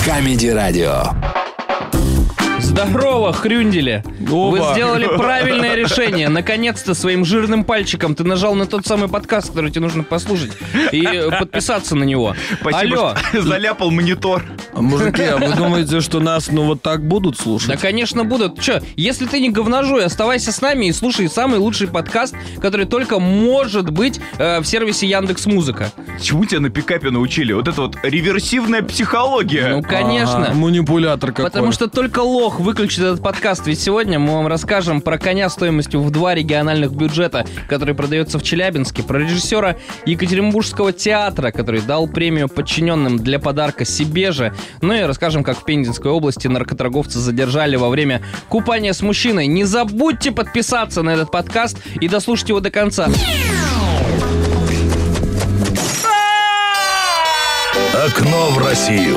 Камеди-радио. Здорово, хрюндели! Оба. Вы сделали правильное решение. Наконец-то своим жирным пальчиком ты нажал на тот самый подкаст, который тебе нужно послушать, и подписаться на него. Спасибо, Алло. что заляпал монитор. Мужики, а вы думаете, что нас вот так будут слушать? Да, конечно, будут. Че, если ты не говножуй, оставайся с нами и слушай самый лучший подкаст, который только может быть в сервисе Яндекс.Музыка. Чему тебя на пикапе научили? Вот это вот реверсивная психология. Ну, конечно. Ага, манипулятор какой. Потому что только лох выключит этот подкаст. Ведь сегодня мы вам расскажем про коня стоимостью в 2 региональных бюджета, который продается в Челябинске, про режиссера Екатеринбургского театра, который дал премию подчиненным для подарка себе же. Ну и расскажем, как в Пензенской области наркоторговца задержали во время купания с мужчиной. Не забудьте подписаться на этот подкаст и дослушать его до конца. Окно в Россию.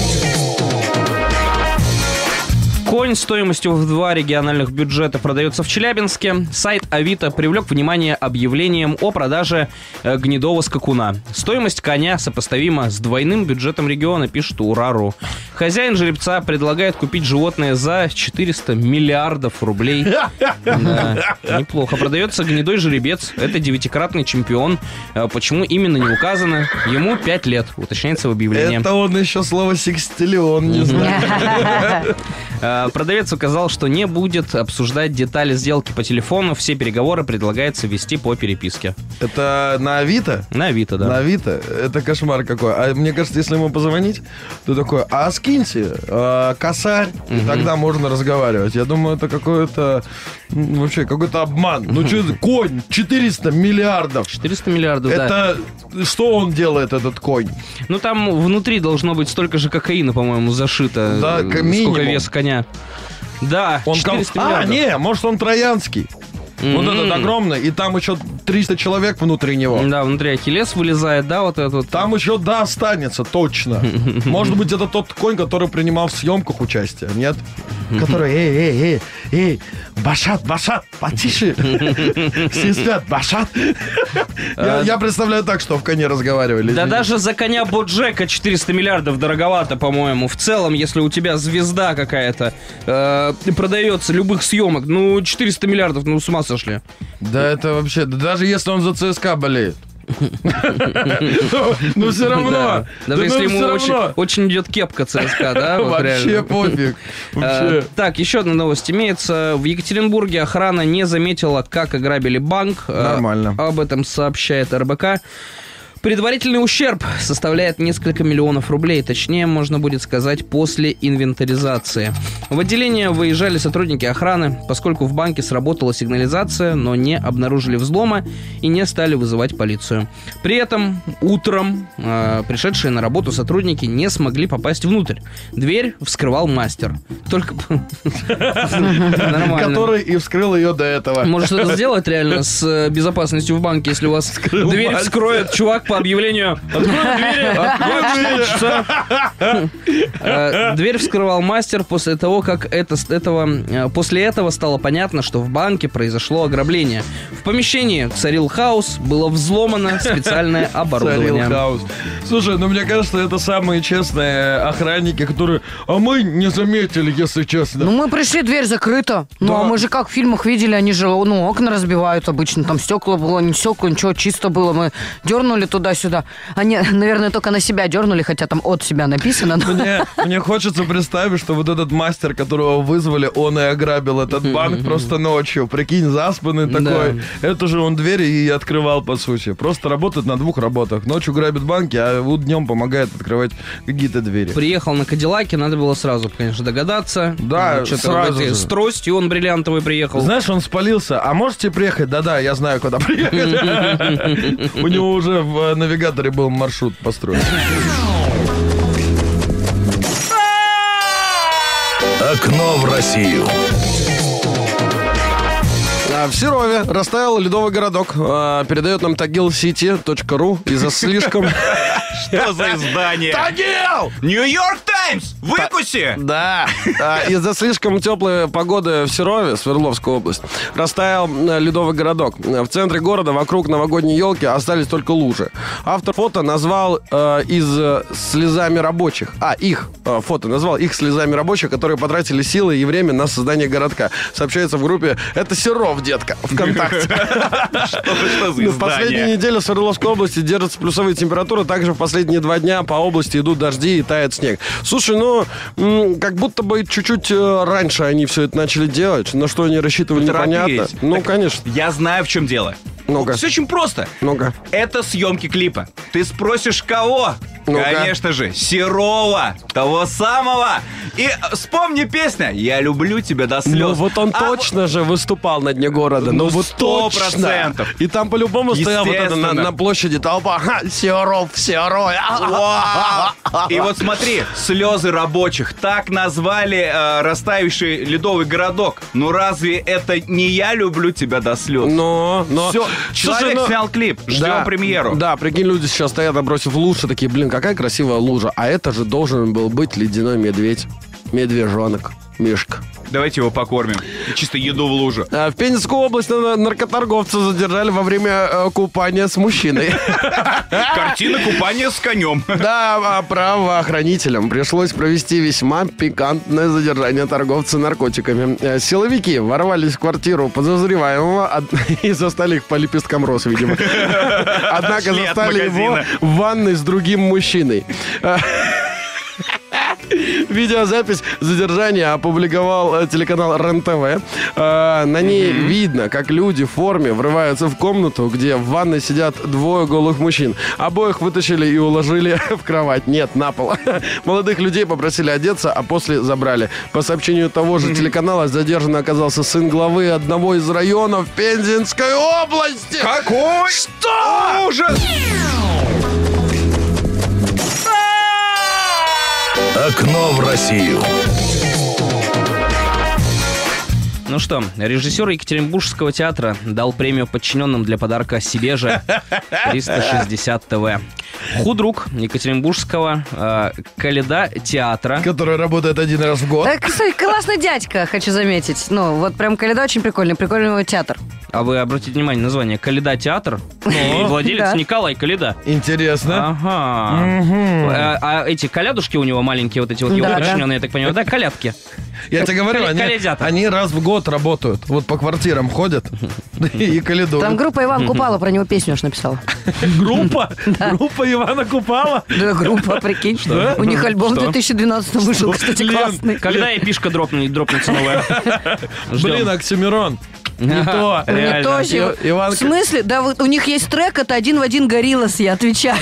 Конь стоимостью в 2 региональных бюджета продается в Челябинске. Сайт Авито привлек внимание объявлением о продаже гнедого скакуна. Стоимость коня сопоставима с двойным бюджетом региона, пишет Урару. Хозяин жеребца предлагает купить животное за 400 миллиардов рублей. Да, неплохо. Продается гнедой жеребец. Это 9-кратный чемпион. Почему именно не указано? Ему 5 лет, уточняется в объявлении. Это он еще слово секстиллион не знает. Продавец указал, что не будет обсуждать детали сделки по телефону. Все переговоры предлагается вести по переписке. Это на Авито? На Авито, да. На Авито? Это кошмар какой. А мне кажется, если ему позвонить, то такой, а скиньте косарь, и тогда можно разговаривать. Я думаю, это какой-то вообще какой-то обман. Ну что это, конь, 400 миллиардов. 400 миллиардов, да. Это что он делает, этот конь? Ну, там внутри должно быть столько же кокаина, по-моему, зашито. Да, Сколько минимум. вес коня. Да, Он 400 А, миллиардов. не, может он троянский. Вот этот огромный, и там еще 300 человек внутри него. Да, внутри Ахиллес вылезает, да, вот этот. Там еще, да, останется, точно. Может быть, это тот конь, который принимал в съемках участие, нет? Который, эй, Башат, потише. Все спят, Башат. Я представляю так, что в коне разговаривали. Да даже за коня Боджека 400 миллиардов дороговато, по-моему. В целом, если у тебя звезда какая-то продается любых съемок, ну, 400 миллиардов, ну, с ума сошли. Да это вообще, даже если он за ЦСКА болеет. Ну все равно. Даже если ему очень идет кепка ЦСКА, да? Вообще пофиг. Так, еще одна новость имеется. В Екатеринбурге охрана не заметила, как ограбили банк. Нормально. Об этом сообщает РБК. Предварительный ущерб составляет несколько миллионов рублей, точнее, можно будет сказать, после инвентаризации. В отделение выезжали сотрудники охраны, поскольку в банке сработала сигнализация, но не обнаружили взлома и не стали вызывать полицию. При этом утром пришедшие на работу сотрудники не смогли попасть внутрь. Дверь вскрывал мастер. Только... Нормально. Который и вскрыл ее до этого. Может что-то сделать реально с безопасностью в банке, если у вас дверь вскроет чувак по объявлению «Открой двери, 24 часа». Дверь вскрывал мастер после того, как после этого стало понятно, что в банке произошло ограбление. В помещении царил хаос, было взломано специальное оборудование. Царил хаос. Слушай, ну мне кажется, это самые честные охранники, которые... А мы не заметили, если честно. Ну мы пришли, дверь закрыта. Ну а мы же как в фильмах видели, они же окна разбивают обычно. Там стекла было, не стекла, ничего, чисто было. Мы дернули туда-сюда. Они, наверное, только на себя дернули, хотя там от себя написано. Мне хочется представить, что вот этот мастер, которого вызвали, он и ограбил этот банк просто ночью. Прикинь, заспанный такой. Это же он двери и открывал, по сути. Просто работает на 2 работах. Ночью грабит банки, а вот днем помогает открывать какие-то двери. Приехал на Кадиллаке, надо было сразу, конечно, догадаться. Да, сразу же. С тростью он бриллиантовый приехал. Знаешь, он спалился. А можете приехать? Да-да, я знаю, куда приехать. У него уже в навигаторе был маршрут построен. Окно в Россию. В Серове растаял ледовый городок. Передает нам tagilcity.ru из-за слишком... Что за издание? Тагил! Нью-Йорк Таймс, выкуси! Да. Из-за слишком теплой погоды в Серове, Свердловская область, растаял ледовый городок. В центре города вокруг новогодней елки остались только лужи. Автор фото назвал слезами рабочих. Их фото назвал их слезами рабочих, которые потратили силы и время на создание городка. Сообщается в группе «Это Серов, детка» ВКонтакте. Что за В последнюю издание? неделю в Свердловской области держатся плюсовые температуры. Также в последние 2 дня по области идут дожди и тает снег. Слушай, как будто бы чуть-чуть раньше они все это начали делать. На что они рассчитывали, непонятно. Поторопились. Конечно. Я знаю, в чем дело. Ну-ка. Все очень просто. Ну-ка. Это съемки клипа. Ты спросишь, кого? Ну-ка. Конечно же, Серова, того самого. И вспомни песня «Я люблю тебя до слез». Ну вот он точно же выступал на дне города. Ну вот 100%. И там по-любому стоял вот это Естественно. на площади толпа. Серов, Серов. Вау! И вот смотри, слезы рабочих. Так назвали растаявший ледовый городок. Ну разве это не «Я люблю тебя до слез»? Но... Все, Слушай, человек снял клип, ждем премьеру. Да, прикинь, люди сейчас стоят, набросив лужи, такие, блин, какая красивая лужа. А это же должен был быть ледяной медведь. Медвежонок. Мишка. Давайте его покормим. Чисто еду в лужу. В Пензенскую область наркоторговца задержали во время купания с мужчиной. Картина купания с конем. Да, правоохранителям пришлось провести весьма пикантное задержание торговца наркотиками. Силовики ворвались в квартиру подозреваемого и застали их по лепесткам роз, видимо. Однако Шли от застали его магазина. в ванной с другим мужчиной. Видеозапись задержания опубликовал телеканал РЕН-ТВ. На ней видно, как люди в форме врываются в комнату, где в ванной сидят 2 голых мужчин. Обоих вытащили и уложили в кровать. Нет, на пол. Молодых людей попросили одеться, а после забрали. По сообщению того же телеканала, задержанный оказался сын главы одного из районов Пензенской области. Какой? Что? Ужас! Окно в Россию. Ну что, режиссер Екатеринбургского театра дал премию подчиненным для подарка себе же 360 ТВ. Худрук Екатеринбургского Коляда театра. Который работает 1 раз в год. Кстати, классный дядька, хочу заметить. Ну, вот прям Коляда очень прикольный его театр. А вы обратите внимание, название Коляда театр. И владелец Да. Николай Коляда. Интересно. Ага. А эти колядушки у него маленькие, вот эти вот его Да, подчиненные, я так понимаю, да, колядки. Я тебе говорю, Колядята. они раз в год работают. Вот по квартирам ходят и калядуют. Там группа Иван Купала про него песню аж написала. Группа? Группа Ивана Купала? Да, группа, прикинь. У них альбом в 2012 вышел, кстати, классный. Когда эпишка дропнется новая? Ждем. Блин, Оксимирон. Не то. Не Реально. то себе. Иван- В смысле? Да, вот у них есть трек, это 1 в 1 Гориллас, я отвечаю.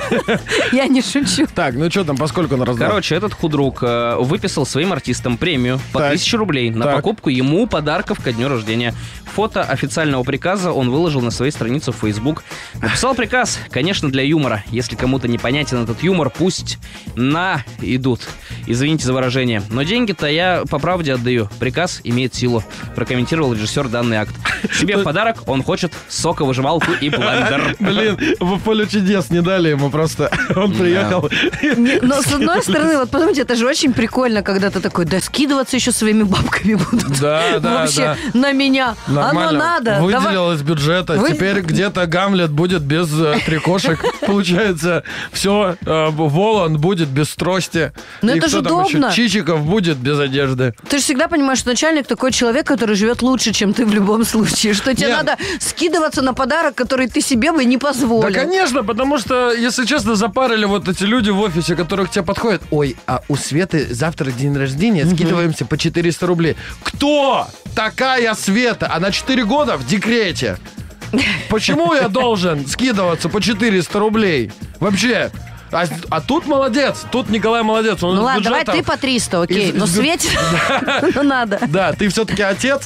Я не шучу. Так, ну что там, поскольку он раздал? Короче, этот худрук выписал своим артистам премию по Так. 1000 рублей на Так. покупку ему подарков ко дню рождения. Фото официального приказа он выложил на своей странице в Facebook. Написал приказ, конечно, для юмора. Если кому-то непонятен этот юмор, пусть идут. Извините за выражение. Но деньги-то я по правде отдаю. Приказ имеет силу. Прокомментировал режиссер данный акт. Себе в подарок он хочет соковыжималку и блендер. Блин, в поле чудес не дали ему просто. Он приехал. Но с одной стороны, вот подумайте, это же очень прикольно, когда ты такой, да скидываться еще своими бабками будут. Да, да, Вообще да. на меня. Нормально. Оно надо. Выделил из бюджета. Вы- Теперь где-то Гамлет будет без трикошек. Получается, все. Волан будет без трости. Но И это кто же там еще? удобно. Чичиков будет без одежды. Ты же всегда понимаешь, что начальник такой человек, который живет лучше, чем ты в любом случае. Что тебе Нет. надо скидываться на подарок, который ты себе бы не позволил. Да, конечно, потому что, если честно, запарили вот эти люди в офисе, которые к тебе подходят. Ой, а у Светы завтра день рождения, скидываемся по 400 рублей. Кто такая Света? Она 4 года в декрете. Почему я должен скидываться по 400 рублей? Вообще. А тут молодец, тут Николай молодец. Он Ну из ладно, давай бюджета- ты по 300, окей. из Но бю- Свете ну надо. Да, ты все-таки отец.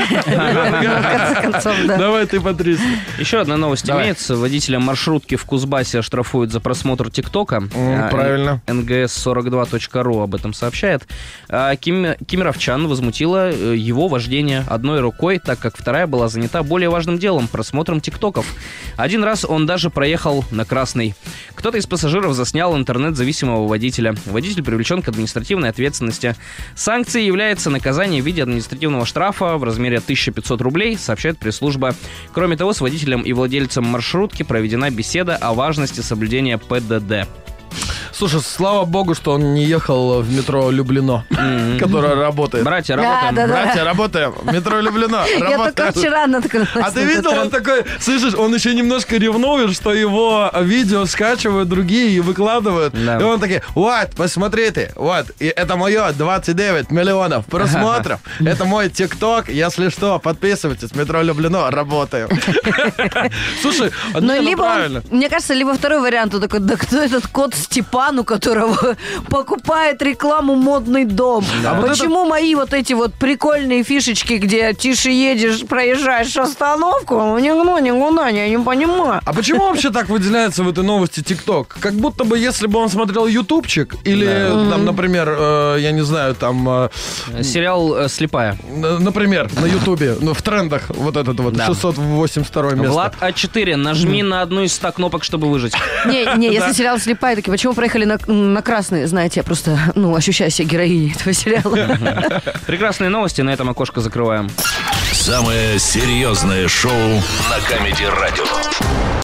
В конце концов, да. Давай ты по 300. Еще одна новость Давай. имеется. Водителя маршрутки в Кузбассе оштрафуют за просмотр ТикТока. правильно. НГС42.ру об этом сообщает. Кемеровчан возмутило его вождение одной рукой, так как вторая была занята более важным делом — просмотром ТикТоков. Один раз он даже проехал на красный. Кто-то из пассажиров пассажиров заснял интернет-зависимого водителя. Водитель привлечен к административной ответственности. Санкцией является наказание в виде административного штрафа в размере 1500 рублей, сообщает пресс-служба. Кроме того, с водителем и владельцем маршрутки проведена беседа о важности соблюдения ПДД. Слушай, слава богу, что он не ехал в метро Люблино, которое работает. Братья, работаем. Да. Братья, работаем. Метро Люблино. Я только вчера наткнулась. А ты видел, он такой, слышишь, он еще немножко ревнует, что его видео скачивают другие и выкладывают. Да. И он такой, вот, посмотрите, вот, и это мое 29 миллионов просмотров. Это мой ТикТок, если что, подписывайтесь, метро Люблино, работаем. Слушай, Но либо правильно. мне кажется, либо второй вариант, он такой, да кто этот кот Степан, у которого покупает рекламу модный дом? Да. А почему мои вот эти вот прикольные фишечки, где тише едешь, проезжаешь остановку, никуда, я не понимаю. А почему вообще так выделяется в этой новости ТикТок? Как будто бы, если бы он смотрел ютубчик, или, там, например, я не знаю, там... Сериал «Слепая». Например, на ютубе, ну, в трендах вот этот вот, Да. 682 место. Влад А4, нажми на одну из 100 кнопок, чтобы выжить. Не, если сериал «Слепая», такие, почему проехали на красный? Знаете, я просто, ощущаю себя героиней этого сериала. Прекрасные новости, на этом окошко закрываем. Самое серьезное шоу на Камеди Радио.